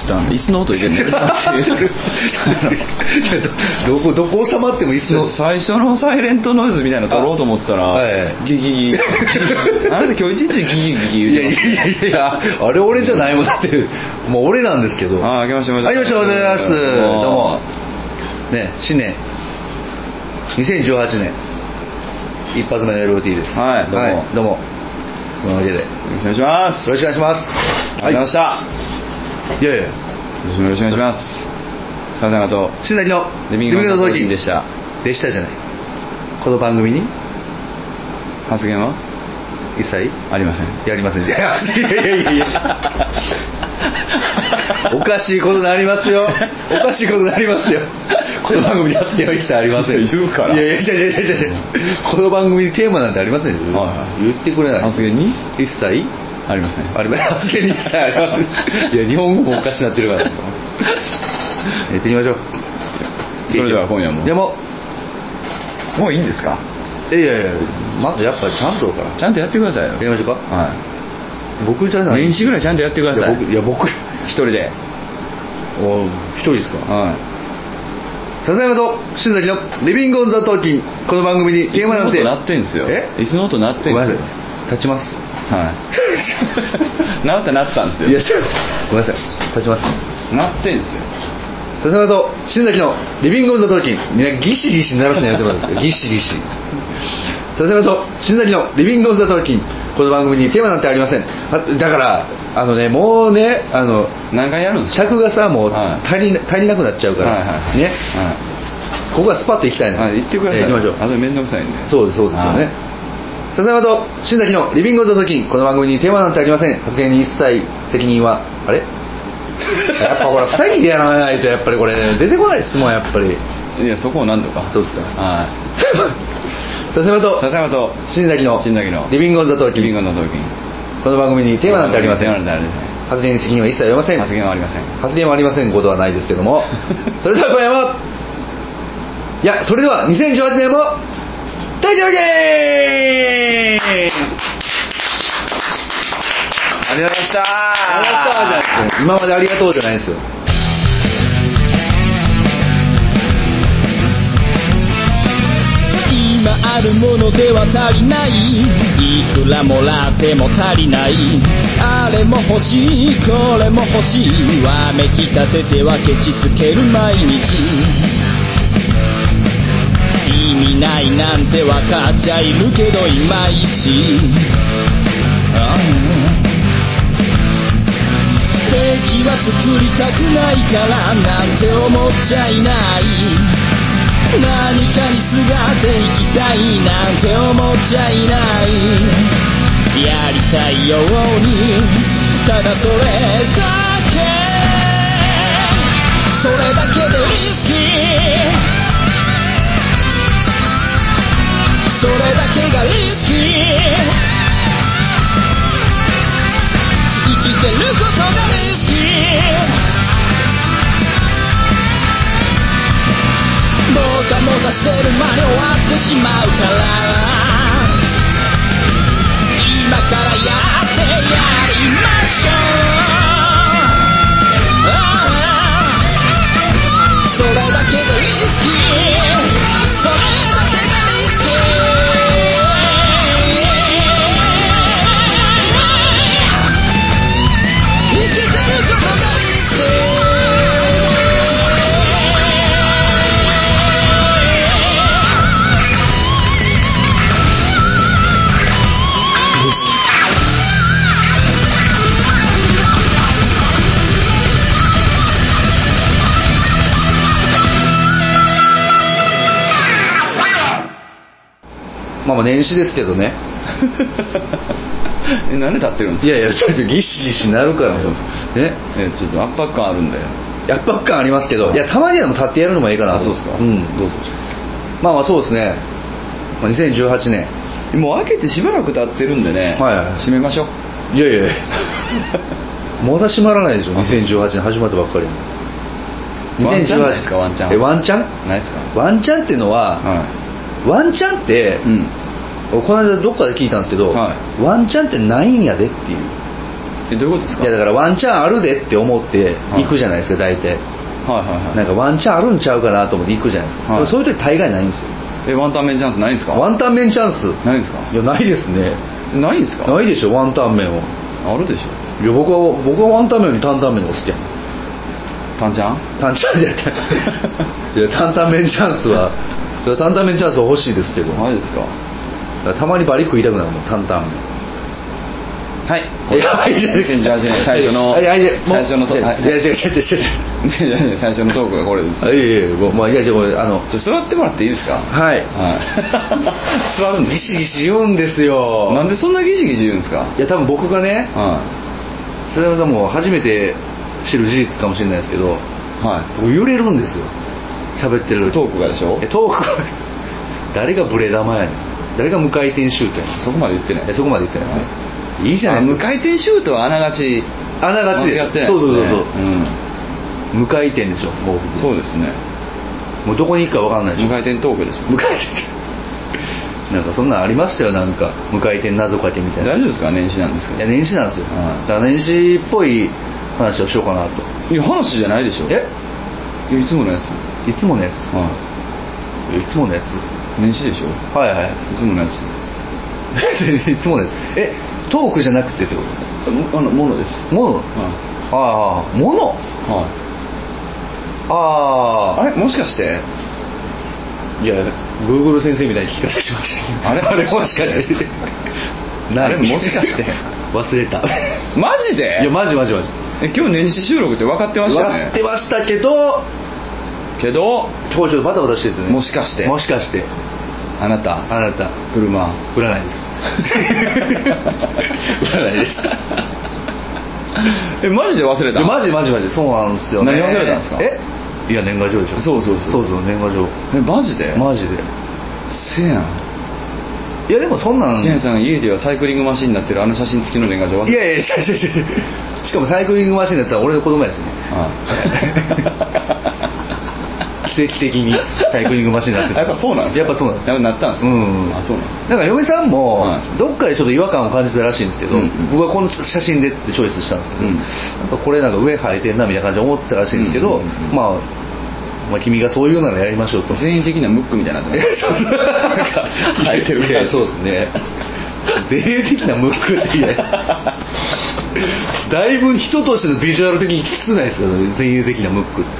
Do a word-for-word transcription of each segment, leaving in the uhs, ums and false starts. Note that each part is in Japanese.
ったんで椅子の音入れてるどこどこ収まっても椅子の最初のサイレントノイズみたいなの撮ろうと思ったら、はい、ギギギあなた今日一日ギギギギ言うてます。 いやいやいやあれ俺じゃないもんだってもう俺なんですけど。 ああ、明けましておめでとうございます。 あ、明けましておめでとうございます。どうもね、新年にせんじゅうはちねん一発目の エルオーティー です。 はい、どうも、はい、 どうも。そのわけでよろしくお願いします。 よろしくお願いします。 ありがとうございました。はい、いやいや、今年もよろしくお願いします。さだと新崎のリビングのトーキンでしたでしたじゃない。この番組に発言は一切ありません。 やりません。いやいやいやいやおかしいことになりますよ。おかしいことになりますよ。この番組で発言は一切ありません。 言うから。 いやいやいやいやいやいやこの番組にテーマなんてありませんよ。はい、言ってくれない。 発言に一切ありません。 ありません。発言に一切ありません。いや日本語もおかしになってるから。やってみましょう。 それでは今夜も。 でももういいんですか。 いやいやいや、まずやっぱりちゃんとからちゃんとやってくださいよ。 やりましょうか。 はい。 僕じゃない。 年始ぐらいちゃんとやってください。 いや僕一人で。 お一人ですか。 はい。 笹山と新崎のリビングオンザトーキン。この番組にテーマなんて。 椅子の音鳴ってんすよ。え？椅子の音鳴ってんすよ。 ごめんなさい。立ちます。 はい。鳴った鳴ったんですよ。 いやごめんなさい。立ちます。 鳴ってんすよ。 笹山と新崎のリビングオンザトーキン。みんなギシギシ鳴らすのやってもらうんですよ。ギシギシ。笹山と新崎のリビングオンザトーキン。この番組にテーマなんてありません。だからあのね、もうね、あの何回やるんですか。 尺がさもう足り、はい、足りなくなっちゃうから、はいはい、ね、はい、ここはスパッと行きたいな。 はい、行ってください。 えー、行きましょう。 あと面倒くさいんで。 そうですそうですよね。笹山と新崎のリビングオンザトーキン。この番組にテーマなんてありません。発言に一切責任はあれやっぱこれふたりでやらないとやっぱりこれ出てこないですもんやっぱり。 いやそこを何とか。 そうですか。 はい。 笹山と笹山と新崎の新崎のリビングオンザトーキン。 リビングオンザトーキン。この番組にテーマなんてありません。発言に責任は一切ありません。 発言はありません。 発言はありませんことはないですけどもそれでは今夜もいやそれではにせんじゅうはちねんも大丈夫ゲーありがとうございました。 ありがとうございましたじゃないですよ。今までありがとうじゃないですよ。 今あるものでは足りない。いくらもらっても足りない。あれも欲しいこれも欲しい。わめきたててはケチつける毎日。意味ないなんてわかっちゃいるけどいまいち。素敵は作りたくないからなんて思っちゃいない。何かにすがっていきたいなんて思っちゃいない。やりたいようにただそれだけ。それだけでリスキー。それだけがリスキー。生きてることがリスキー。もたもたしてる間に終わってしまうから。今からやってやりましょう。それだけでリスキー。それだけがリスキー。生きてることがリスキー。 まあまあ年始ですけどねえ、なんで立ってるんですか。 いやいやちょっとギシギシなるからね。 え、ちょっと圧迫感あるんで。 圧迫感ありますけど、いやたまにでも立ってやるのもいいかな。 あ、そうですか。 うん、どうぞ。まあまあそうですね、まあ、にせんじゅうはちねんもう開けてしばらく経ってるんでね、 はいはい、 閉めましょう。 いやいやまだ閉まらないでしょ。にせんじゅうはちねん始まったばっかり。 ワンチャンないですか。ワンチャン。 え、ワンチャンないですか。 ワンチャンっていうのは、はい、ワンチャンって、 うん、 この間どっかで聞いたんですけど、はい、ワンチャンってないんやでっていう。 えどういうことですか？ いやだからワンチャンあるでって思って行くじゃないですか、大体。 はいはいはい。 なんかワンチャンあるんちゃうかなと思って行くじゃないですか、はい、そういう時大概ないんですよ。 えワンタン麺チャンスないんですか？ ワンタン麺チャンスないんですか？ いやないですね。 ないんですか？ ないでしょ、ワンタン麺は。 あるでしょ。 いや僕は僕はワンタン麺より担々麺が好きや。 タンチャン？ タンチャンじゃないいや担々麺チャンスは担々麺チャンスは欲しいですけど。 マジですか？ たまにバリ食いたくなるもん担々麺。はい。いやはいじゃないじゃあ最初のいやいや最初のトーク。 いや違う違う違う最初のトークがこれです。 いやいやもうまあいやじゃああのちょ座ってもらっていいですか？ はい。 はい。座るんです。 ギシギシ言うんですよ。 なんでそんなギシギシ言うんですか？ いや多分僕がね、 はい。 笹山さんも初めて知る事実かもしれないですけど、 はい。 僕揺れるんですよ。喋ってるトークがでしょ？ えトークが誰がブレ玉やねん。誰が無回転シュートやねん。 そこまで言ってない。 えそこまで言ってないですね。いいじゃないですか。 無回転シュートはあながちあながちです。 間違ってないですね。 そうそうそうそう、 うん、 無回転でしょもう。 そうですね。 もうどこに行くか分かんないでしょ。 無回転トークでしょ。 無回転なんかそんなんありましたよ、なんか無回転謎かけみたいな。 大丈夫ですか？年始なんですけど。 いや年始なんですよ、 はい、 だから年始っぽい話をしようかなと。 いや話じゃないでしょ。 えいつものやつ。 いつものやつ、 はい、 いつものやつ年始でしょ。 はいはい、 いつものやついつものやつ。えトークじゃなくてってことですか？ あのものです。 もの、 はい、 ああもの、 はい、 あああれもしかしていや Google 先生みたいに聞き方しましたけど、 あれあれもしかしてあれもしかして忘れたマジで？ いやマジマジマジ。 え今日年始収録って分かってましたね。 分かってましたけどけど今日ちょっとバタバタしててね。 もしかしてもしかしてあなたあなた車売らないです売らないですえマジで忘れた？ マジマジマジそうなんですよね。 何忘れたんですか？ えいや年賀状でしょ。 そうそうそうそうそう年賀状。 えマジで？ マジでせやん。 いやでもそんなんシエンさんが家ではサイクリングマシンになってるあの写真付きの年賀状忘れた。 いやいやいやいやいやしかもサイクリングマシンだったら俺の子供やですね。奇跡的にサイクリングマシンになってた。 やっぱそうなんですか？ やっぱそうなんです。 やっぱなったんですか？ うん。 あそうなんですか。 なんか嫁さんも、 はい、 どっかでちょっと違和感を感じたらしいんですけど、 うんうん、 僕はこの写真でってチョイスしたんですけど、 うん、 なんかこれなんか上生えてんなみたいな感じで思ってたらしいんですけど、 うんうんうん、 まあまあ、君がそういうならやりましょうと。 全員的なムックみたいになってます生えてるいやそうですね。全員的なムックっていうだいぶ人としてのビジュアル的にきつないですか、ね、全員的なムックって。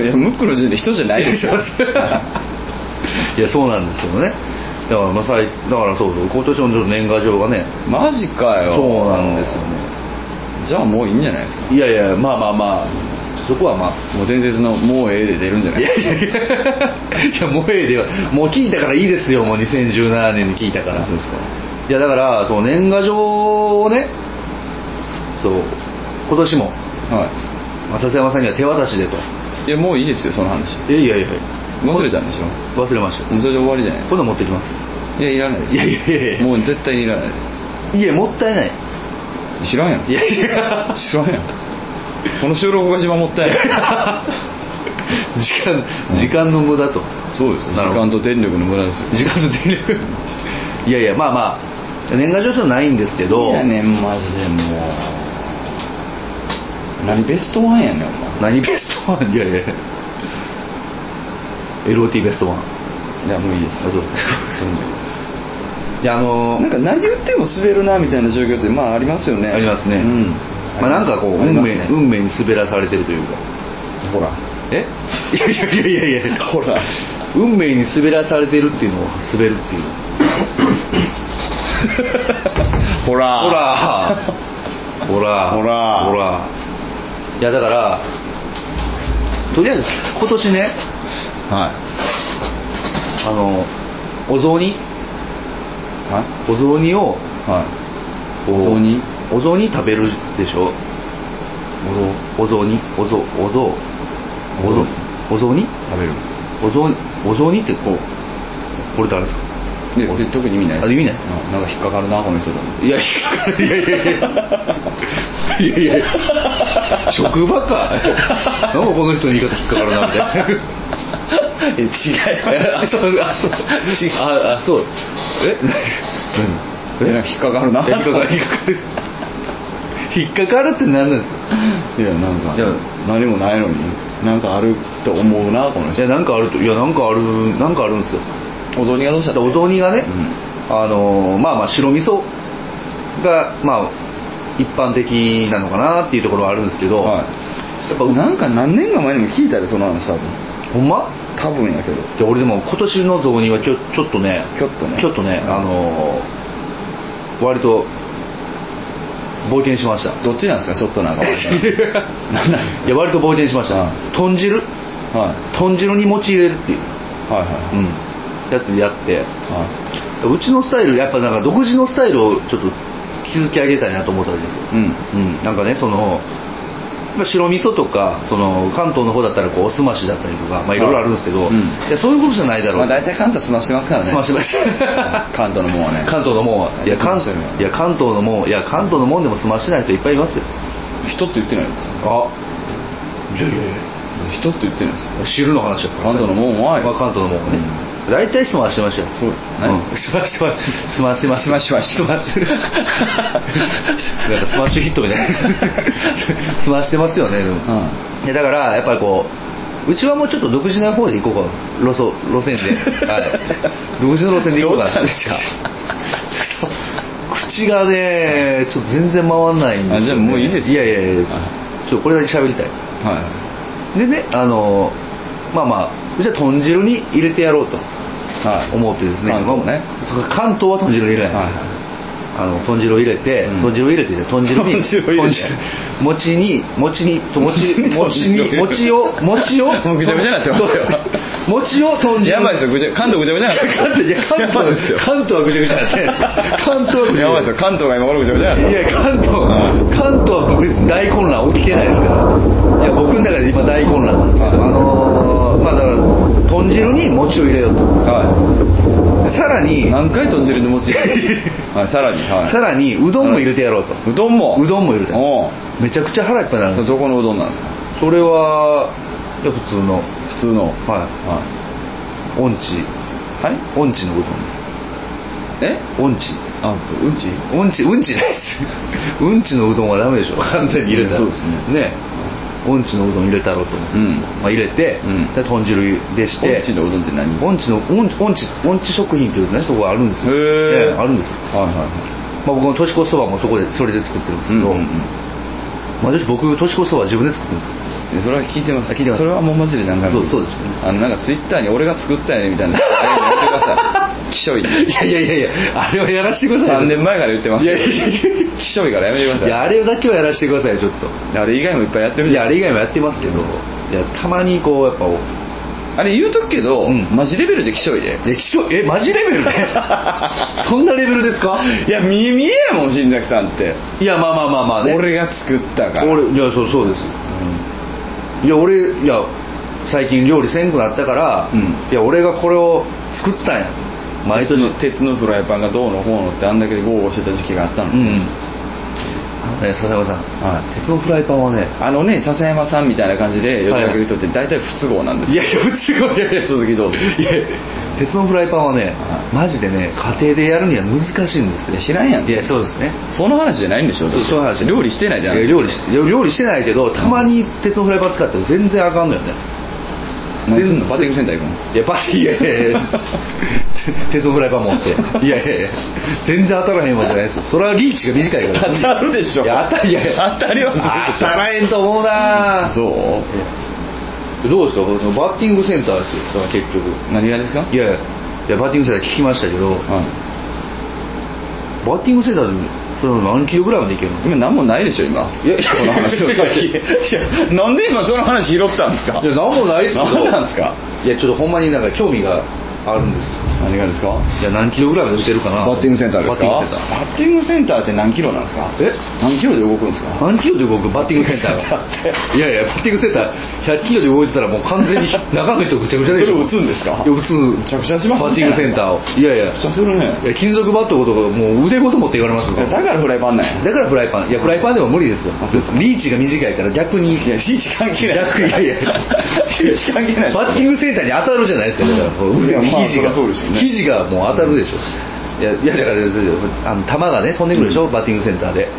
いやムックの時点で人じゃないですよいやそうなんですよね。だからまあだからそうそう今年もちょっと年賀状がね。 マジかよ。 そうなんですよね。 じゃあもういいんじゃないですか。 いやいやまあまあまあそこはまあもう伝説のもうええで出るんじゃないですか。いやいやいやもうええではもう聞いたからいいですよ。もうにせんじゅうななねんに聞いたから。 そうですか。 いやだからその年賀状をねそう今年も、はいまあ、笹山さんには手渡しでと。 いやもういいですよその話。 いやいやいや忘れたんでしょ。 忘れました。 もうそれで終わりじゃないですか。 今度持ってきます。 いやいらないです。 いやいやいやもう絶対にいらないです。 いやもったいない。 知らんやん。 いやいや知らんやん。この収録が一番もったいない時間時間の無駄と。 そうですよ。時間と電力の無駄ですよ。 時間と電力いやいやまあまあ年賀状書ないんですけど。 いやねんマジでもう何ベストワンやねんお前。 何ベストワン。いやいや エルオーティー ベストワン。 いやもういいです。 あそういやあのー、 なんか何言っても滑るなみたいな状況ってまあありますよね。 ありますね。 うんまあ、なんかこう運命、ね、運命に滑らされてるというか。 ほらえいやいやいやいやいやほら運命に滑らされてるっていうのを滑るっていうほらほらほらほらほらいやだからとりあえず今年ねはいあのお雑煮はいお雑煮をはいお雑煮お雑煮食べるでしょ。お雑煮お雑お雑お雑お雑煮食べるお雑煮お雑煮ってこうこれ誰ですか。 いや特に意味ないです。 あ意味ないです。 なんか引っかかるなこの人と。 いや引っかかるいやいやいやいやいや職場かなんかこの人の言い方引っかかるなみたいなえ違います。 あそうあそうああそうええ引っかかるな。 引っかかる引っかかる引っかかるって何なんですか。 いやなんか何もないのになんかあると思うなこの人。 いやなんかあるといやなんかあるなんかあるんですよ。 お雑煮がどうしたってお雑煮がね、うん、あのまあまあ白味噌がまあ一般的なのかなっていうところはあるんですけど、はい、 やっぱなんか何年か前にも聞いたでその話多分。 ほんま？ 多分やけど。いや俺でも今年の雑煮はちょちょっとねちょっとねちょっとねあのー、割と冒険しました。 どっちなんですかちょっとなんかなんなんですか。いや割と冒険しました、うん、豚汁、はい、豚汁に餅入れるっていうはいはい、うん、 やつやって、はい、うちのスタイルやっぱなんか独自のスタイルをちょっと築き上げたいなと思ったわけですよ、うんうん、なんかねその白味噌とかその関東の方だったらこうおすましだったりとかまあいろいろあるんですけど、うん、いやそういうことじゃないだろう、 まあ、大体関東済ましてますからね。 済ましてます関東のもんはね。 関東のもんはいや関いや関東のもんいや関東のもんでも済ましてない人いっぱいいますよ。 人って言ってないんですよ。 あいやいやいや人って言ってないですよ。 汁の話だから、ね、 関東のもんは、 まあ、関東のもんはね、うん、大体済ましてましたよ。 そう何、うん、済ましてます済ましてます済ましてます済ましてなんかスマッシュヒットみたいな済ましてますよね、うん、でだからやっぱりこううちはもうちょっと独自な方で行こうか路線路線で、はい、独自の路線で行こうかな。どうしたんですか。ちょっと口がねちょっと全然回んないんですよ、ね、 あじゃあもういいです。 いやいやいやちょっとこれだけ喋りたい、はい、でねあのまあまあうちは豚汁に入れてやろうと思ってですね、はい、関東ね、関東は豚汁に入れないですよ、はい、あの豚汁を入れて、うん、豚汁を入れて豚汁に豚汁餅に餅に餅餅に餅を餅をもうぐちゃぐちゃになってますよ。 餅を豚汁やばいですよ。ぐちゃ関東ぐちゃぐちゃになってます。 いや関東ですよ。関東はぐちゃぐちゃになってないですよ。関東はぐちゃぐちゃ。 やばいですよ。関東が今頃ぐちゃぐちゃになってます。 いや関東関東は別に大混乱起きてないですから。いや僕の中で今大混乱なんですけど、あのー、まあだから豚汁に餅を入れようと。はい。さらに何回豚汁に餅入れる。はい。さらに、はい、 さらにうどんも入れてやろうと。 うどんもうどんも入れて。めちゃくちゃ腹いっぱいになるんですよ。 どこのうどんなんですか。 それはいや普通の普通のはいはい。音痴はい音痴のうどんです。 え音痴あうんちうんちうんちないですうんちのうどんはダメでしょ完全に入れたら。 そうですね。 ね音痴のうどん入れたろうと思って、うんまあ、入れて、うん、で豚汁でして音痴のうどんって何。 音痴の音痴音痴食品っていうねそこがあるんですよ。 へえ、 あるんですよ。はいはいはい。まあ、僕の年越しそばもそこでそれで作ってるんですけど、うんうんうん、まあ、僕年越しそば自分で作ってるんですよ。 それは聞いてます。 聞いてます。 それはもうマジで何回もそうそうですよね。 あのなんかツイッターに俺が作ったやねみたいなあれやめてください。きしょい。いやいやいやいやあれはやらせてください。 さんねんまえから言ってます。いやいやいやきしょいからやめてください。 いやあれだけはやらせてくださいちょっと。 あれ以外もいっぱいやってる。 いやあれ以外もやってますけど、いやたまにこうやっぱあれ言うとくけど、うん、マジレベルできしょいで。 えきしょいえマジレベルでそんなレベルですか。 いや見え見えやもん新崎さんって。 いやまあまあまあまあね。 俺が作ったから。 俺いやそうそうです。うん、いや俺いや最近料理せんくなったから、うん、いや俺がこれを作ったんやと。毎年鉄のフライパンがどうのこうのってあんだけ豪語してた時期があったの。うん。 あのね笹山さん、はい、鉄のフライパンはねあのね笹山さんみたいな感じで呼びかける人って大体不都合なんですよ。 いやいや不都合いやいや続きどうぞ。 いや鉄のフライパンはね、はい、マジでね家庭でやるには難しいんですよ。 知らんやん。 いやそうですね。 その話じゃないんでしょ。 そうそういう話。 料理してないじゃん。 料理し料理してないけどたまに鉄のフライパン使っても全然あかんのよね。 何すんのバッティングセンター行くの。 いやバッティングいやいや鉄のフライパン持っていやいやいや全然当たらへんわじゃないですよ。それはリーチが短いから。 当たるでしょ。 いや当たいや当たりは当たらへんと思うな。 そうどうですかそのバッティングセンターですよその結局。 何がですか。 いやいやバッティングセンター聞きましたけど、はい、バッティングセンターでその何キロぐらいまでいけるの。 今何もないでしょ今。いやこの話をさっきいやなんで今その話拾ったんですか。 いや何もないですけど。 何なんですか。 いやちょっとほんまになんか興味があるんです。 何がですか。 いや何キロぐらいまで打てるかな。 バッティングセンターですか。バッティングセンターって何キロなんですか。え何キロで動くんですか。 何キロで動くバッティングセンターがいやいやバッティングセンターひゃっキロで動いてたらもう完全に中の人ぐちゃぐちゃでしょ。 それ打つんですか。 いや打つめちゃくちゃしますねバッティングセンターを。いやいやめちゃくちゃするね。 いや金属バットとかもう腕ごと持って言われますよ。 だからフライパンなんや。 だからフライパンいやフライパンでも無理ですよ。リーチが短いから逆に。 いやリーチ関係ない。 逆いやいやリーチ関係ない。 バッティングセンターに当たるじゃないですか。だから肘が肘がもう当たるでしょ。いやいやだからあの球がね飛んでくるでしょ、うん、バッティングセンターで。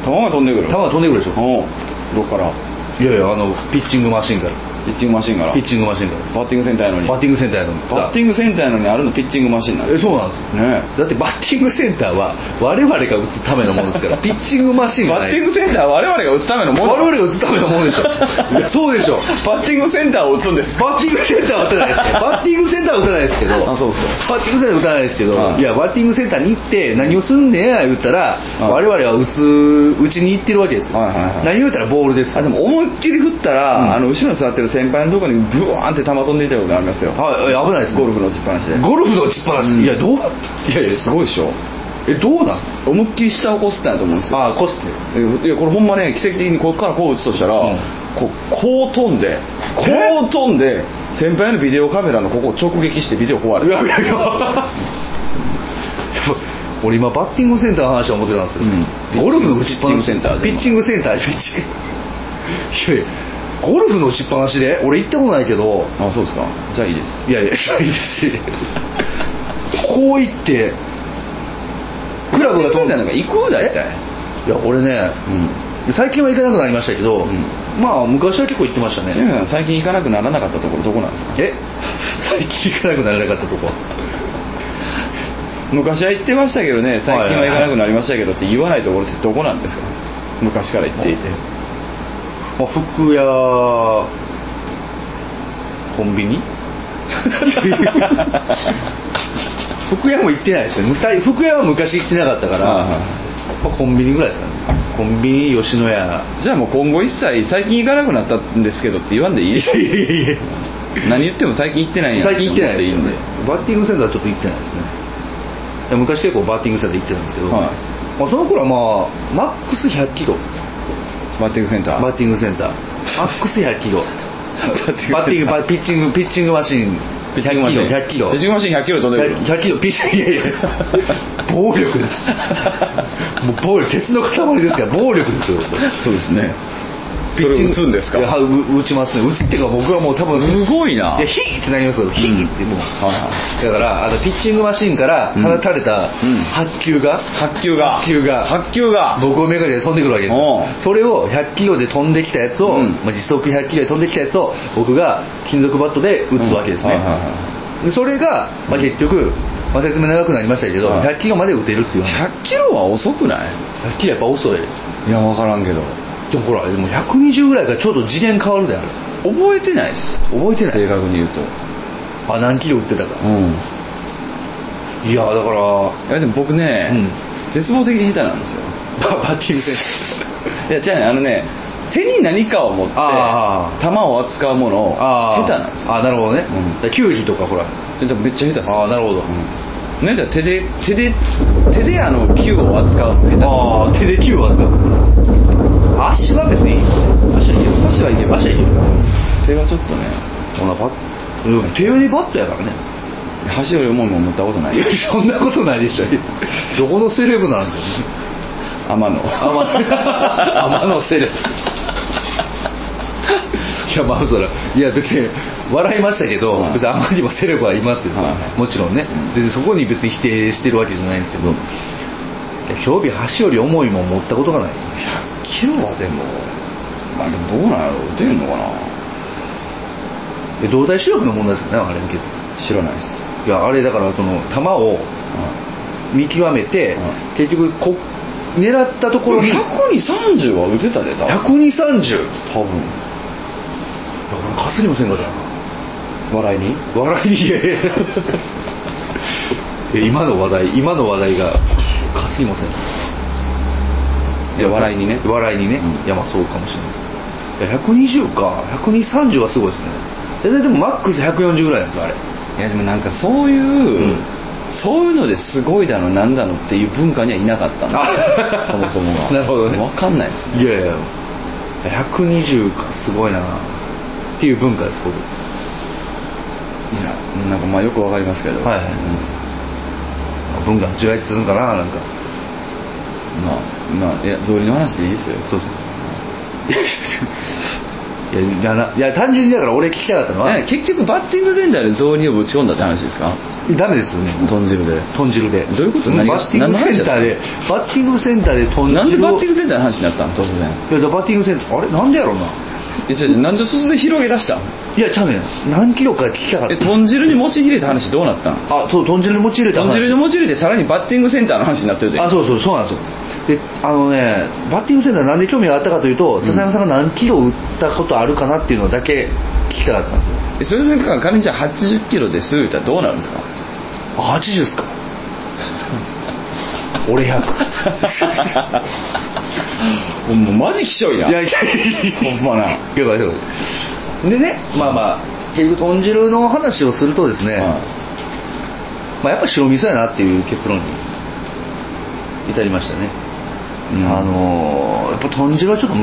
球が飛んでくる。 球が飛んでくるでしょ。 どっから？ いやいや、あのピッチングマシンから。 ピッチングマシンからピッチングマシンからバッティングセンターやのにバッティングセンターやのにバッティングセンターやのにあるのピッチングマシンなんです。 え、そうなんですよ、ね、だってバッティングセンターは我々が打つためのものですからピッチングマシンがない。 バッティングセンターは我々が打つためのもの。 我々が打つためのものでしょ。いやそうでしょ。 バッティングセンターを打つんです。 バッティングセンターは打たないですけどバッティングセンターは打たないですけどあ、そうですバッティングセンターは打たないですけど、 はい、 いやバッティングセンターに行って何をすんねや言ったら、はい、我々は打つ打ちに行ってるわけですよ、はいはいはい、何を言ったらボールですよ。 あでも思いっきり振ったら、うん、あの後ろに座ってる先輩のところにブワーンって球飛んでいたことありますよ。 はい、危ないです、ね、 ゴルフの打ちっぱなしで。 ゴルフの打ちっぱなし、うん、いやどういやいやすごいでしょ。 えどうなん思いっきり下をこすったんやと思うんですよ。 ああこすって。 いやこれほんまね奇跡的にここからこう打つとしたら、うん、こうこう飛んでこう飛んで先輩のビデオカメラのここを直撃してビデオ壊れる。いやいやいや俺今バッティングセンターの話は思ってたんですけど、うん、ゴルフの打ちっぱなしピッチングセンターピッチングいやいやゴルフの打ちっぱなしで俺行ったことないけど。 あ、そうですか。じゃあいいです。 いやいやいいですしこう行ってクラブが飛んだのが行く大体。いや俺ね、うん、最近は行かなくなりましたけど、うん、まあ昔は結構行ってましたね。 最近行かなくならなかったところどこなんですか。 え最近行かなくならなかったところ昔は行ってましたけどね、最近は行かなくなりましたけどって言わないところってどこなんですか。昔から行っていて、 まあ、服屋コンビニ服屋も行ってないですよ。服屋は昔行ってなかったから、まあ、コンビニぐらいですかね。コンビニ吉野家。 じゃあもう今後一切最近行かなくなったんですけどって言わんでいい。いやいやいや何言っても最近行ってないんや。 最近行ってないですよね。バッティングセンターはちょっと行ってないですね。いや昔結構バッティングセンター行ってたんですけど、はい、まあ、その頃はまあマックスひゃっキロバッティングセンターバッティングセンターマックスひゃっキロバッティングバピッチングピッチングマシンひゃっキロひゃっキロピッチングマシンひゃっキロ飛んでくる。 ひゃっキロピッチングいやいや暴力ですもう暴力鉄の塊ですから暴力ですよ。 そうですね。ピッチング打つんですか。 いや打ちますね。打つっていうか僕はもう多分すごいな。 いやヒーってなりますよ。ヒーってもう、うん、だからあのピッチングマシンから放たれた発球が、うん、 発球が発球が発球が僕をめがけて飛んでくるわけですよ。それをひゃっキロで飛んできたやつを、うん、まあ、時速ひゃっキロで飛んできたやつを僕が金属バットで打つわけですね、うん、はいはいはい、でそれが、まあ、結局、まあ、説明長くなりましたけど、はい、ひゃっキロまで打てるっていう。 ひゃっキロは遅くない。 ひゃっキロやっぱ遅い。 いや分からんけど、 でもほらでもひゃくにじゅうぐらいからちょっと次元変わるである。 覚えてないです。 覚えてない。 正確に言うとあ何キロ打ってたか、うん、いやだからいやでも僕ね、うん、絶望的に下手なんですよバッティングセンいやじゃあね、あのね手に何かを持って球を扱うものを下手なんですよ。 ああなるほどね、うん、球技とかほらめっちゃ下手ですよ。 ああなるほど、 うん、ね、じゃあ手で手で手であの球を扱うの下手。 ああ手で球を扱う。足は別に足はいける。 足はいける。 足はいける。 手はちょっとね。 そんなバッ手よりバットやからね。 箸より重いもん持ったことない。 そんなことないでしょ。どこのセレブなんですか。 天野。 天野セレブ。いやまあそらいや別に笑いましたけど、はい、別にあまりにもセレブはいますよ、はい、もちろんね、うん、全然そこに別に否定してるわけじゃないんですけど、競技箸より重いもん持ったことがない。 ひゃっキロはでもまあでもどうなんやろう。出るのかな。 え動体視力の問題ですよねあれ。けど知らないです。 いやあれだからその球を見極めて、うん、結局こ狙ったところにひゃくにさんじゅうは打てたで。 ひゃくにさんじゅう多分だからかすりませんかじゃあ笑いに笑いに今の話題今の話題がかすりません。 いや笑いにね笑いにね、うん、いやまあそうかもしれないです。いやひゃくにじゅうかひゃくにじゅう、さんじゅうはすごいですね。大体でもマックスひゃくよんじゅうぐらいなんですよあれ。 いやでもなんかそういう、うん、そういうのですごいだのなんだのっていう文化にはいなかったんだそもそもが。 なるほどね。 分かんないですね。 いやいやひゃくにじゅうかすごいなっていう文化です僕。 いやなんかまあよくわかりますけど、 はいはい、うん、文化の違いっていうのかななんかまあまあいや草履の話でいいですよ。 そうそういやいやいや単純にだから俺聞きたかったのは結局バッティングセンターで草履をぶち込んだって話ですか。 ダメですよね。 豚汁で豚汁でどういうこと？ バッティングセンターでバッティングセンターで豚汁をなんでバッティングセンターの話になったの突然？ いやバッティングセンターあれなんでやろうな。 いや違う違うなんで突然広げ出したん？ いやちゃうねん何キロか聞きたかった。 え豚汁に餅入れた話どうなったん？ あそう豚汁に餅入れた話。 豚汁に餅入れてさらにバッティングセンターの話になってるで。 あそうそうそうなんですよ。であのねバッティングセンターなんで興味があったかというと、笹山さんが何キロ打ったことあるかなっていうのだけ聞きたかったんですよ。 えそれが仮にじゃあはちじゅっキロです言ったらどうなるんですか？ あはちじゅうっすか俺ひゃくもうマジきしょいな。 いやいやいやほんまな。 了解了解でねまあまあ結局豚汁の話をするとですね、 はいまあ、やっぱ白味噌やなっていう結論に至りましたね、うん、あのー、やっぱ豚汁はちょっと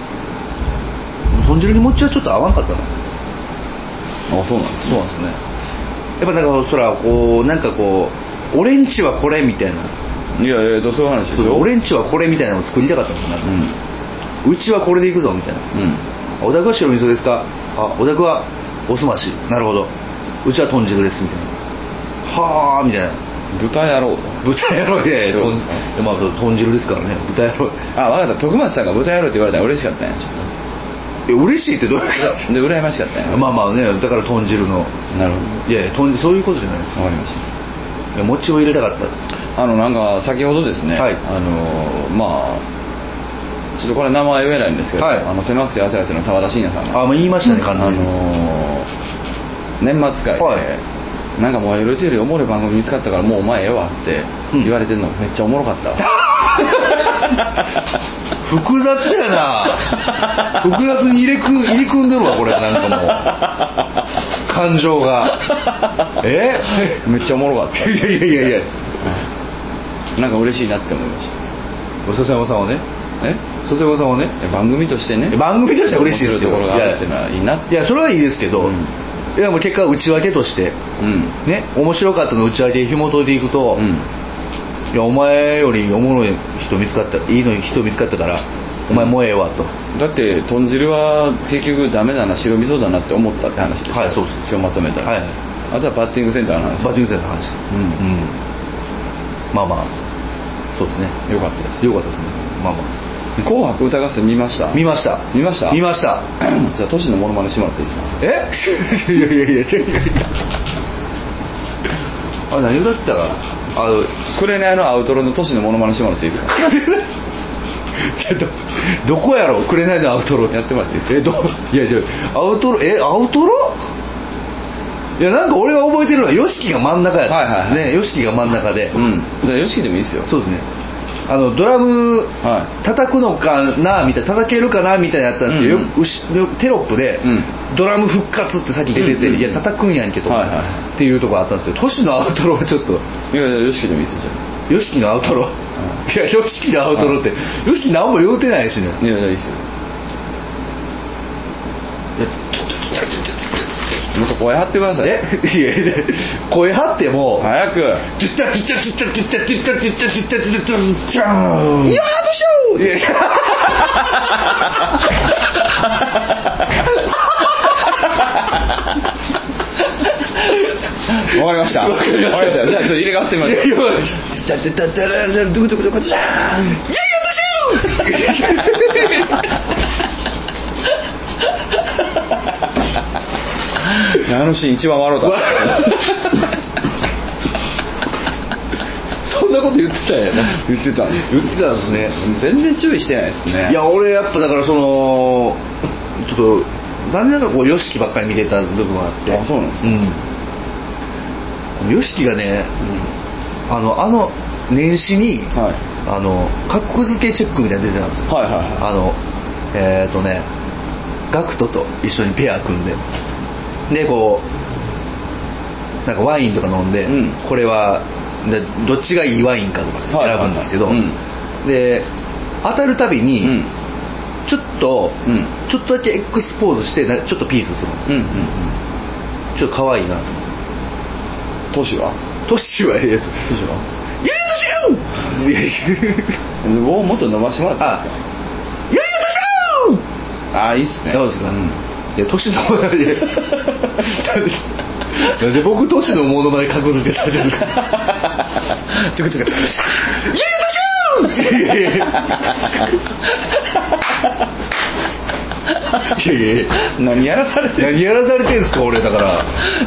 豚汁に餅はちょっと合わんかったな。 あそうなんですね。 そうなんですね。やっぱなんかそらこうなんかこう俺んちはこれみたいな。 いやいやそういう話ですよ。 俺んちはこれみたいなのを作りたかったんですよ、うん、うちはこれでいくぞみたいな、うん、お宅は白味噌ですか、あお宅はおすまし、なるほど、うちは豚汁ですみたいな、はあみたいな。 豚野郎豚野郎で豚まあ豚汁ですからね。豚野郎。 あ分かった。徳松さんが豚野郎って言われたら嬉しかったんや。ちょっとえ嬉しいってどういうことで羨ましかったんや。 まあまあねだから豚汁の。なるほど。いやいや豚汁そういうことじゃないですよ。 わかりました。 いや餅を入れたかった。 あのなんか先ほどですね、はい、あのまあちょっとこれ名前言えないんですけど、はい、あの狭くて汗汗の澤田信也さんがあ、まあ、言いましたね完全に、 あのー、年末会で、はい、なんかもう エルティー よりおもろい番組見つかったからもうお前ええわって言われてるの、うん、めっちゃおもろかった複雑やな複雑に入れく入り組んでるわこれなんかもう感情がえめっちゃおもろかったいやいやいやいやなんか嬉しいなって思いました。 笹山さんはねえ笹山さんはね番組としてね番組としては嬉しいですけどところがあるっていうのはいいなって。 いやそれはいいですけど、うん、いやもう結果内訳として、うんね、面白かったの内訳紐解いていくと、うん、いやお前よりおもろい人見つかったいいの人見つかったからお前もうええわと。 だって豚汁は結局ダメだな白味噌だなって思ったって話でしょ。 はいそうです。 今日まとめたら、はい、あとはバッティングセンターの話。 バッティングセンターの話です、うんうん、まあまあそうですね。 よかったです。 よかったですね。まあまあ紅白歌合戦見ました。 見ました見ました見ましたじゃあトシのモノマネしてもらっていいですか。 えいやいやいやいやいやあ何歌ってたかあのくれないのアウトロのトシのモノマネしてもらっていいですかど, どこやろうくれないのアウトロやってもらっていいですか。 えどいやいやアウトロえアウトロいやなんか俺が覚えてるのは ヨシキ が真ん中やった、はいはいはい、ね ヨシキ が真ん中でうんじゃあ ヨシキ でもいいですよ。 そうですね。あのドラム叩くのかなみたいな叩けるかなみたいなやったんですけど、うんうん、テロップで、うん、ドラム復活ってさっき出てて、うんうんうん、いや叩くんやんけど、はいはい、っていうところあったんですけどトシのアウトロはちょっといやいや ヨシキ でもいいですよ。じゃあ ヨシキ のアウトロ、うん、いや ヨシキ のアウトロって、ヨシキ 何も言うてないしね。 いやいやいいですよ。 いやちょっとちょっとちょっともっと声張ってください。 えいやいや声張っても早くトゥッタトゥッタトゥッタトゥッタトゥッタトゥッタトゥッタトゥッタトゥッタトゥッタいやーどうしよういやわかりましたわかりました。じゃあちょっと入れ替わってみます。いやいやトゥッタトゥッタトゥッタドゥクドゥクドゥクドゥーンいやいやどうしようあのシーン一番笑うたそんなこと言ってたんやな。 言ってたんです言ってたんですね。 全然注意してないですね。 いや俺やっぱだからそのちょっと残念ながらこう ヨシキ ばっかり見てた部分があって。 あそうなんですか。 うん、ヨシキ がね、うん、あのあの年始に、はい、あの格好付けチェックみたいなの出てたんですよ。はいはいはい、あのえっ、ー、とねガクトと一緒にペア組んででこうなんかワインとか飲んで、うん、これはでどっちがいいワインかとか選ぶんですけど、はいはいはいうん、で当たるたびに、うん、ちょっと、うん、ちょっとだけ X ポーズしてちょっとピースするんですよ、うんうんうん、ちょっと可愛いなと思って。 トシはトシはええとトシはいやいやトシよもうもっと伸ばしてもらっていいですか。 いやいやトシよああいいっすね。 そうですか、うん、いや年のなんで僕都市のモノマネ格付けされてるんですか。 トゥクトゥクトゥクシャいやいやいやいやいや何やらされてる何やらされてるんですか俺だから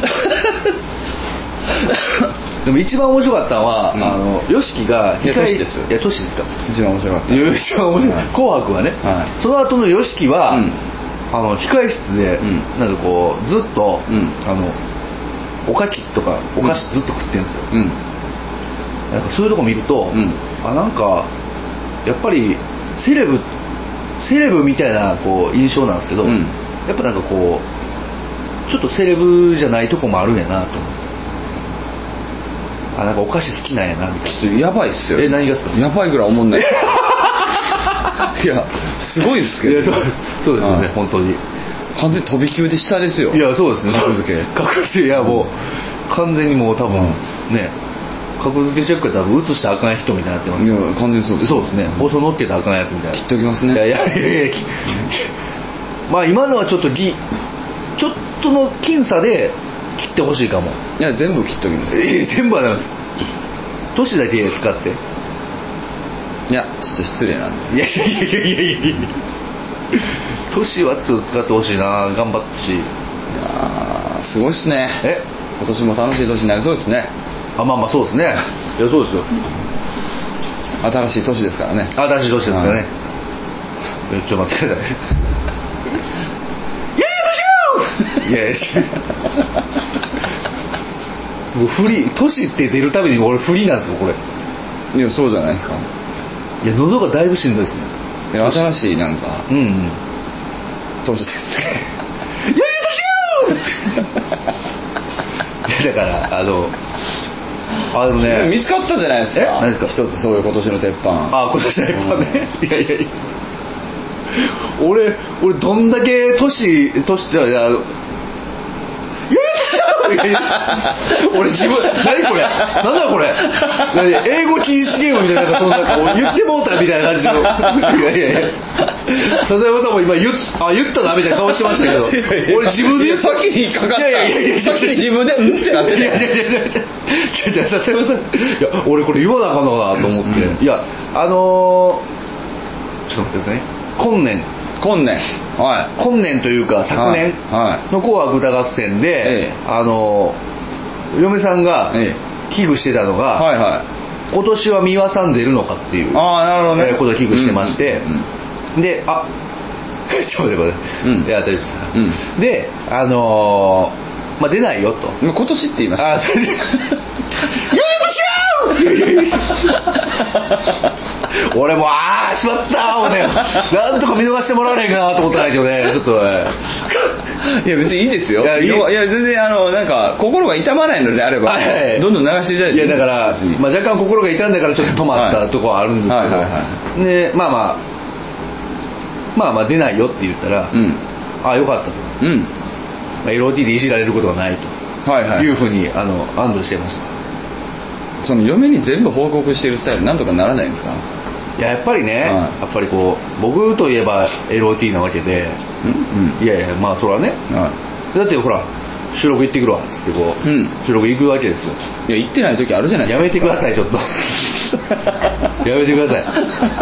でも一番面白かったのは、うん、あのヨシキがいやトシですいやトシですか一番面白かった一番面白い、はい、紅白はね、はい、その後のヨシキは、うん、あの控室で、うん、なんかこうずっと、うん、あのおかきとかお菓子ずっと食ってるんですよ、うん、なんかそういうとこ見ると、うん、あなんかやっぱりセレブセレブみたいなこう印象なんですけど、うん、やっぱなんかこうちょっとセレブじゃないとこもあるんやなと思って、あなんかお菓子好きなんやなみたいな。 ちょっとやばいっすよ。 え何がですか。 やばいぐらい思んないいやすごいっすけど、 いやそうそうですよね、本当に完全に飛び級で下ですよ。 いやそうですね、 格付け格付けいやもう、うん、完全にもう多分、うん、ね格付けチェックやったら映したらあかん人みたいになってます。 いや完全にそうです。 そうですね、放送乗っけたらあかんやつみたいな。 切っておきますね。 いやいやいやいやまあ今のはちょっとぎちょっとの僅差で切ってほしいかも。 いや全部切っときます。 え全部はダメです。都市だけ使って。 いやちょっと失礼なんで。 いやいやいやいやいやいや都市はちょっと使ってほしいな、頑張ってし。いやすごいっすね。 え今年も楽しい年になりそうですね。 あまあまあそうですね。いやそうですよ。 新しい年ですからね。 新しい年ですからね。ちょっと待ってください。いやいやもうフリー都市って出るために俺フリーなんですよこれ。 いやそうじゃないですか。 いや喉がだいぶしんどいですね。 いや新しいなんかうんうん都市ですいやいやだからあのあでもね見つかったじゃないですか。 え何ですか。 一つそういう今年の鉄板。 あ今年の鉄板ね、うん、いやいやいや俺俺どんだけ年年っていや俺自分何これなんだこれ何英語禁止ゲームみたいな、そのなんか言ってもうたみたいな感じのいやいやいや笹山さんも今言 っ, あ言ったなみたいな顔してましたけど俺自分で先に引っかかった。いやいやいや先に自分でうんってなってた。いやいやいやいやじゃあ笹山さんいや俺これ言わなあかんのかなと思って、うん、いやあのー、ちょっと待ってですね今年今年、はい、 今年というか昨年の紅白歌合戦で、はいはい、あの嫁さんが危惧してたのが、はいはい、今年は美輪さん出るのかっていうあなるほど、ね、 ことを危惧してまして、うんうん、であちょっと待ってこれ、うん、いや大丈夫です、うん、であのー、まあ出ないよと今年って言いましたあそれでやめましょう俺もああしまったもうねなんとか見逃してもらわないかなと思ったんだけどねちょっとねいや別にいいですよ。いやいいいや全然あのなんか心が痛まないのであれば、はいはいはい、どんどん流していただいて。 いやだから、まあ、若干心が痛んだからちょっと止まった、はい、ところはあるんですけど、はいはいはい、でまあまあまあまあ出ないよって言ったら、うん、ああよかったと、うんまあ、エルオーティー でいじられることはないと、はいはい、いうふうにあの安堵してました。 その嫁に全部報告しているスタイルなんとかならないんですか。 いややっぱりね、はい、やっぱりこう僕といえば エルオーティー なわけで、うんうん、いやいやまあそれはね、はい、だってほら収録行ってくるわっつってこう、うん、収録行くわけですよ。 いや行ってない時あるじゃないですか。 やめてくださいちょっとやめてください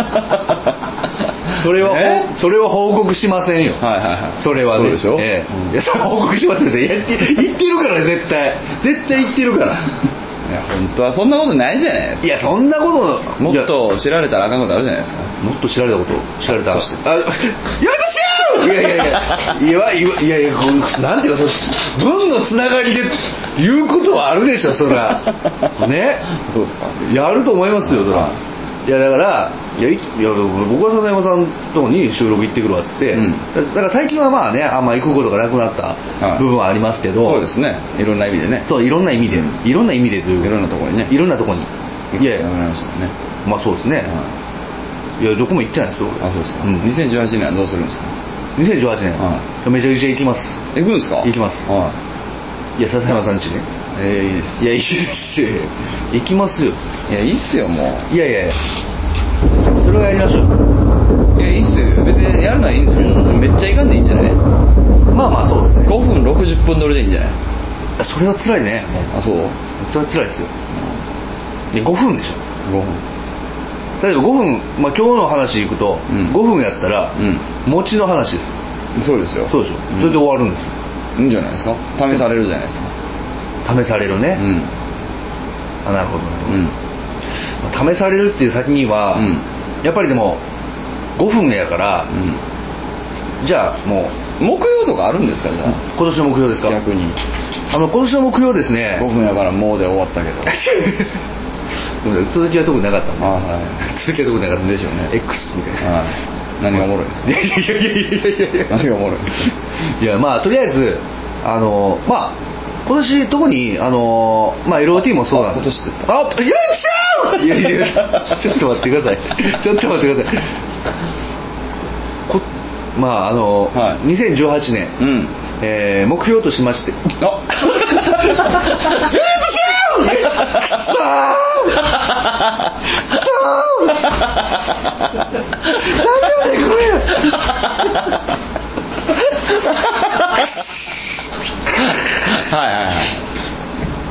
それは、えー、それは報告しませんよ。はいはいはい。それはね。そうでしょ。ええーうん、いやそれは報告しませんよ。言って言ってるからね絶対絶対言ってるから。 いや本当はそんなことないじゃないですか。 いやそんなこともっと知られたらあかんことあるじゃないですか。 もっと知られたこと知られたあやめてしよういやいやいやいやいやいやいやなんていうかそ文のつながりで言うことはあるでしょそれはね。 そうですか。 やると思いますよそれは。いやだからいやいや僕は笹山さんとこに収録行ってくるわっつって、うん、だから最近はまあねあんま行くことがなくなった部分はありますけど、 はい、そうですねいろんな意味でね。 そういろんな意味で、うん、いろんな意味でといういろんなところにねいろんなところにいやいやましたね。 まあそうですね、はい、いやどこも行ってないですよ。 あそうですか、うん、にせんじゅうはちねんはどうするんですか。 にせんじゅうはちねん、はい、めちゃくちゃ行きます。 行くんですか。 行きます、はい、いや笹山さんちねえー、いいです。 いやいいですよ行きますよ。 いやいいっすよもう。 いやいやいやそれはやりましょう。 いやいいっすよ別にやるのはいいんですけどめっちゃいかんでいいんじゃない。 まあまあそうですねごふんろくじゅっぷん乗りでいいんじゃない。 それは辛いね。もうあ、そう。 それは辛いですよ。でごふんでしょ。 ごふん。 例えばごふん、まあ、今日の話いくと、うん、ごふんやったら、うん、餅の話です。 そうですよ。 そうでしょ、うん、それで終わるんですよ。 いいんじゃないですか。試されるじゃないですか。 試されるね、うん、あ、なるほどなるほど、うん、まあ、試されるっていう先には、うん、やっぱりでもごふんやから、うん、じゃあもう目標とかあるんですか。じゃあ今年の目標ですか。 逆にあの今年の目標ですね。 ごふんやからもうで終わったけど続きは特になかったんで、 あ、はい、 続きは特になかったんでしょうね。 X みたいな、はい、 何がおもろいですか。いやいやいやいやいや何がおもろいですか。 いや、まあとりあえずあのまあ今年特にあのまあ エルオーティー もそうなんで今年って言った。 あ、いやいやいやいやちょっと待ってくださいちょっと待ってくださいこまああの、はい、にせんじゅうはちねん、うん、えー、目標としましてあくそーくそー何やねんこれはいはいはい。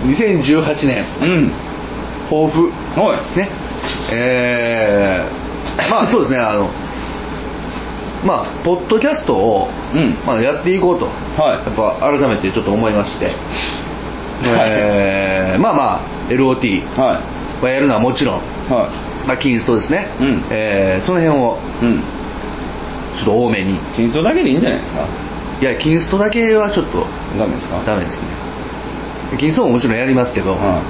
にせんじゅうはちねん、うん、抱負ね、えー、まあそうですね、あのまあポッドキャストを、うんまあ、やっていこうと、はい、やっぱ改めてちょっと思いまして、はい、えー、まあまあ エルオーティー はやるのはもちろん、はい、まあ、キンストですね、うんえー、その辺を、うん、ちょっと多めに。 キンストだけでいいんじゃないですか。 いや、キンストだけはちょっとダメですか。 ダメですね。キンストももちろんやりますけど、はい、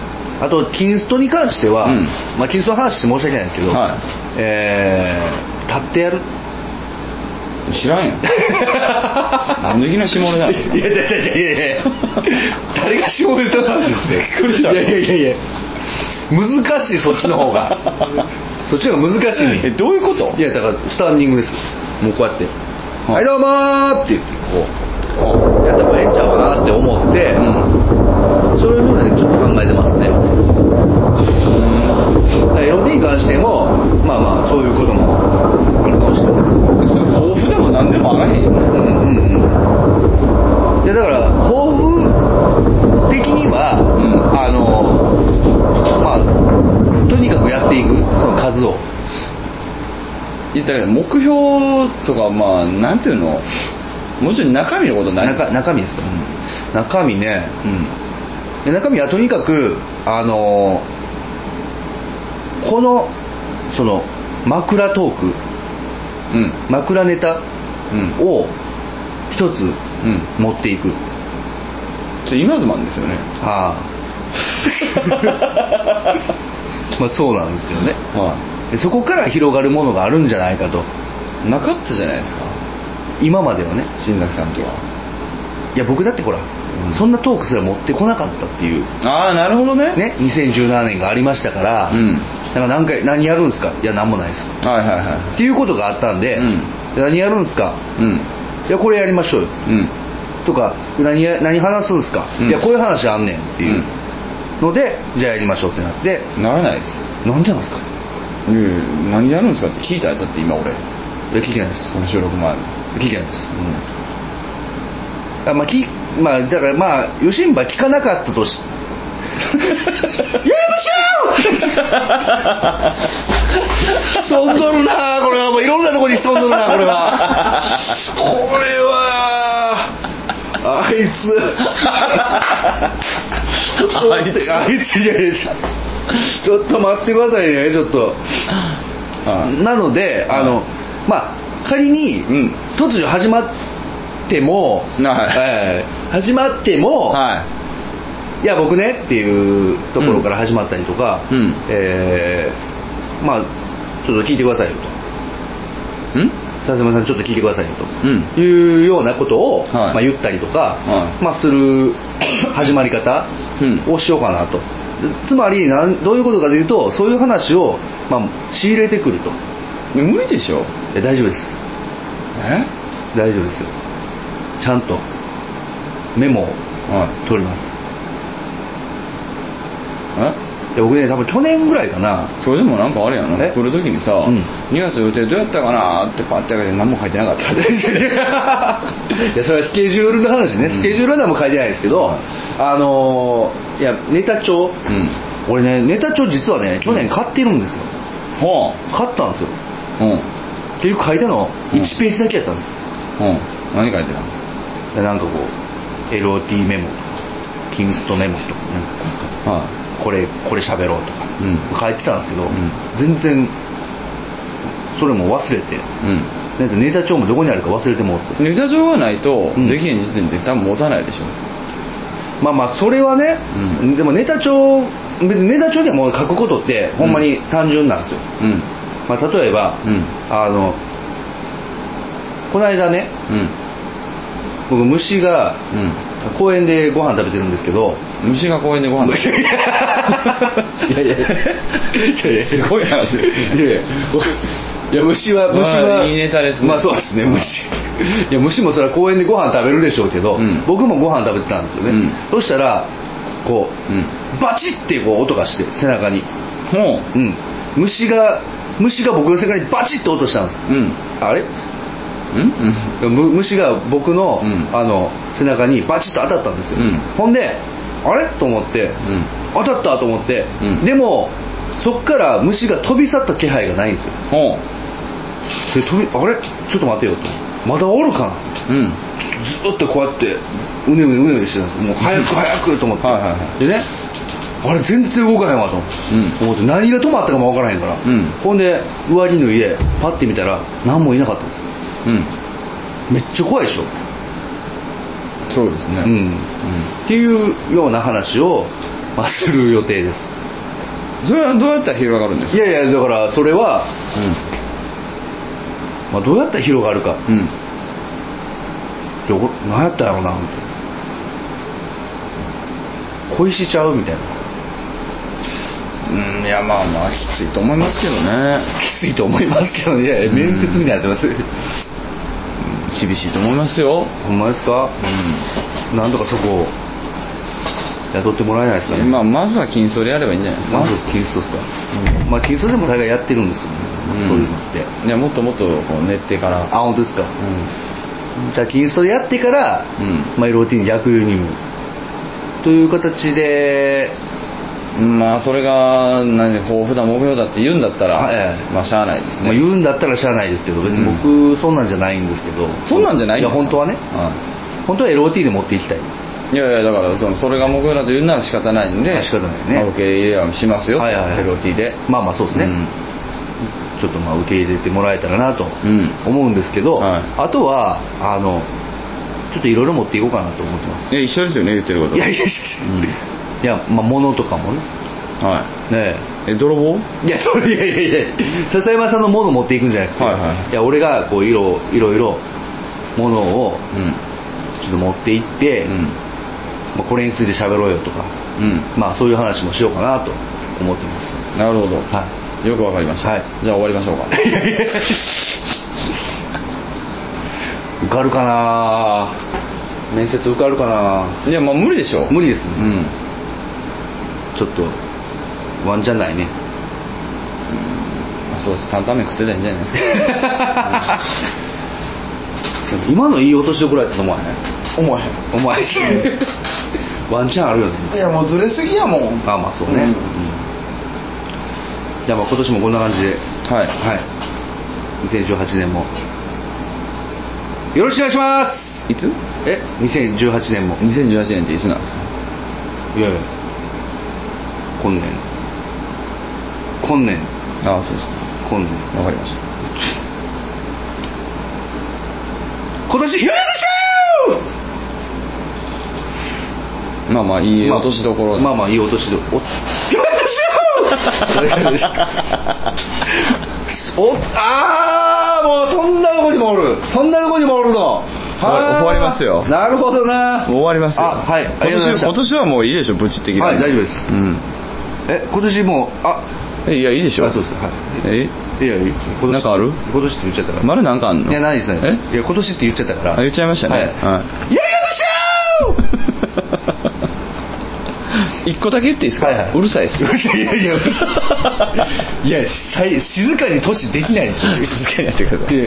あとキンストに関しては、うんまあ、キンストの話して申し訳ないですけど、はいえー、立ってやる。 知らんやんなんでいきなり下ネタなんですか。 いやいやいやいやいや誰が下ネタの話ですね。びっくりした。いやいやいやいや難しい、そっちの方がそっちの方が難しいね。 え、どういうこと。 いやだからスタンディングです。もうこうやってはい、はい、どうもーって言ってこうやった方がええんちゃうかなって思って、うん、そういうふうにちょっと考えてますね。エロティーに関してもまあまあそういうこともあるかもしれないです。 抱負でも何でもあらへんよ。うんうんうん。いやだから抱負的には、うん、あのまあとにかくやっていくその数を。 言ったら目標とかまあなんていうのもちろん中身のことない。 中, 中身ですか、うん、中身ね、うん、中身はとにかくあのこのその枕トーク、うん、枕ネタを一つ持っていく、うん、 ちょ今ズマンですよね。 あまあそうなんですけどね、はあ、でそこから広がるものがあるんじゃないかと。 なかったじゃないですか今まではね。 新崎さんとは。 いや僕だってほら、うん、そんなトークすら持ってこなかったっていう。 ああなるほど ね, ねにせんじゅうななねんがありましたから、うん、だから何回何やるんですか。いや何もないです、はいはいはい、っていうことがあったんで、うん、何やるんですか、うん、いやこれやりましょうよ、うん、とか 何, 何話すんですか、うん、いやこういう話あんねんっていうので、うん、じゃあやりましょうってなって。 ならないです。 なんでなんですか。 いやいや何やるんですかって聞いたやつだって今俺。いや聞いてないです。 この収録前の聞いてないです、うん、あまあきまあだからまあヨシンバ聞かなかったとしやりましょう潜んどるなこれは。もういろんなところに潜んどるなこれはこれはあいつあいつあいついやいやちょっと待ってくださいねちょっと、はあ、なのであの、まあ仮に、うん、突如始まっても、はいえー、始まっても、はい、いや僕ねっていうところから始まったりとか、うんえー、まあちょっと聞いてくださいよと、ん笹山さんちょっと聞いてくださいよと、うん、いうようなことを、はいまあ、言ったりとか、はいまあ、する始まり方をしようかなと。つまりなんどういうことかというとそういう話を、まあ、仕入れてくると。 無理でしょ。 え大丈夫です。 え大丈夫ですよ。ちゃんとメモを取ります。 えや僕ね多分去年ぐらいかな。 今日でもなんかあれやな、 え来る時にさ、 うん、 にがつ予定どうやったかなってパッて開けて何も書いてなかった。 いやそれはスケジュールの話ね、うん、スケジュールは何も書いてないですけど、うん、あのー、いやネタ帳、うん、俺ねネタ帳実はね去年買ってるんですよ、うん、買ったんですよ、うん、っていう書いたのいちページだけやったんですよ、 うん、何書いてた？ なんかこう エルオーティー メモとかキンストメモとかなんか、はい、これこれ喋ろうとか、うん、書いてたんですけど、うん、全然それも忘れて、うん、ネタ帳もどこにあるか忘れてもって。 ネタ帳がないとできへん時点で多分持たないでしょ、 うん、まあまあそれはね、うん、でもネタ帳別にネタ帳でも書くことってほんまに単純なんですよ、うん、まあ、例えば、うん、あのこの間ね、うん、僕虫が、うん公園でご飯食べてるんですけど、 虫が公園でご飯食べてるいやいやいやすごい話ですね。いやいやいや虫は虫は、 まあ、いいネタですね。 まあそうですね、虫いや虫もそれは公園でご飯食べるでしょうけど、うん、僕もご飯食べてたんですよね、うん、そしたらこう、うん、バチッてこう音がして背中に、うん、虫が虫が僕の背中にバチッと音したんです、うん、あれん、うん、虫が僕の、うん、あの背中にバチッと当たったんですよ、うん、ほんであれと思って、うん、当たったと思って、うん、でもそっから虫が飛び去った気配がないんですよ、で飛びあれちょっと待てよとまだおるかな、うん、ずっとこうやってうねうねうねうねしてたんですよ。もう早く早くと思って、はいはいはい、でねあれ全然動かへんわと思って、うん、思って何が止まったかもわからへんから、うん、ほんで上着脱いでパッて見たら何もいなかったんですよ、うん、めっちゃ怖いでしょ。 そうですね、うんうん、 っていうような話を、まあ、する予定です。 それはどうやったら広がるんですか？ いやいやだからそれは、うんまあ、どうやったら広がるか、うん、何やったやろうなみたいな恋しちゃうみたいな。 うんいやまあまあきついと思いますけどね。 きついと思いますけどね。いや面接みたいになってます、うん、 厳しいと思いますよ。 ほんまですか、うん、なんとかそこを雇ってもらえないですかね。 まあ、まずは金ストでやればいいんじゃないですか。 まず金ストですか、うん、まあ金ストでも大概やってるんですよ、ねうん、そういうのっていやもっともっとこう練ってから。 あ本当ですか、うん、じゃあ金ストでやってから、うんまあ、エルオーティー に逆輸入という形でまあそれが何豊富な目標だって言うんだったら、はい、まあしゃあないですね、 まあ、言うんだったらしゃあないですけど別に僕、うん、そんなんじゃないんですけど。 そんなんじゃないんですか。 いや本当はね、はい、本当は エルオーティー で持っていきたい。 いやいやだからそのそれが目標だと言うなら仕方ないんで仕方ないね、まあ、 受け入れはしますよ、はいはいはい、エルオーティー でまあまあそうですね、うん、ちょっとまあ受け入れてもらえたらなと思うんですけど、うんはい、あとはあのちょっといろいろ持っていこうかなと思ってます。 いや一緒ですよね言ってること。 いやいやいや、うん、いやまあ物とかもねはいねええ泥棒いやそれいやいやいや笹山さんの物を持っていくんじゃなくて、はいはい、いや俺がこういろいろいろ物をちょっと持っていって、うんまあ、これについて喋ろうよとか、うん、まあそういう話もしようかなと思ってます。 なるほど、はい、よくわかりました、はい、じゃあ終わりましょうか。 受かるかな面接受かるかな。 いやまあ無理でしょ。 無理ですね、うん、ちょっとワンチャンないね。 うん、そうです。担々麺食ってたらいいんじゃないですか。今のいい落としどころやったと思わへん。 思わへん思わへんワンチャンあるよね。 いやもうずれすぎやもん。 まあまあそうね、うんうん、じゃあまあ今年もこんな感じではい、はい、にせんじゅうはちねんもよろしくお願いします。 いつえにせんじゅうはちねんもにせんじゅうはちねんっていつなんですか。 いやいや今年今年ああそうです今年わかりました。 今年よろしくまあまあいい落としどころ、 まあまあいい落としどころ。おああもうそんなとこにもおるそんなとこにもおるの。 終わりますよ。 なるほどな。 もう終わりますよ。 あはいありがとうございました。 今年はもういいでしょブチ的に。 はい大丈夫です、うん、え今年もうあいやいいでしょ。 あそうですかはいえいやいや今年なんかある今年って言っちゃったからまだなんかあんの。 いやないですないです。いや今年って言っちゃったからあ言っちゃいましたね、はいはい、 いやいやでしょー一個だけ言っていいですか、 はいはい、 うるさいですよ。 いやいやうるさいいや静かに都市できないでしょ。 静かにやってください。いや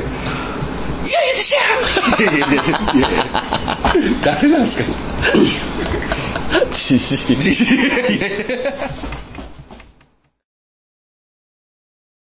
いやいやいやいやいや誰なんですか。じじい。 いやいや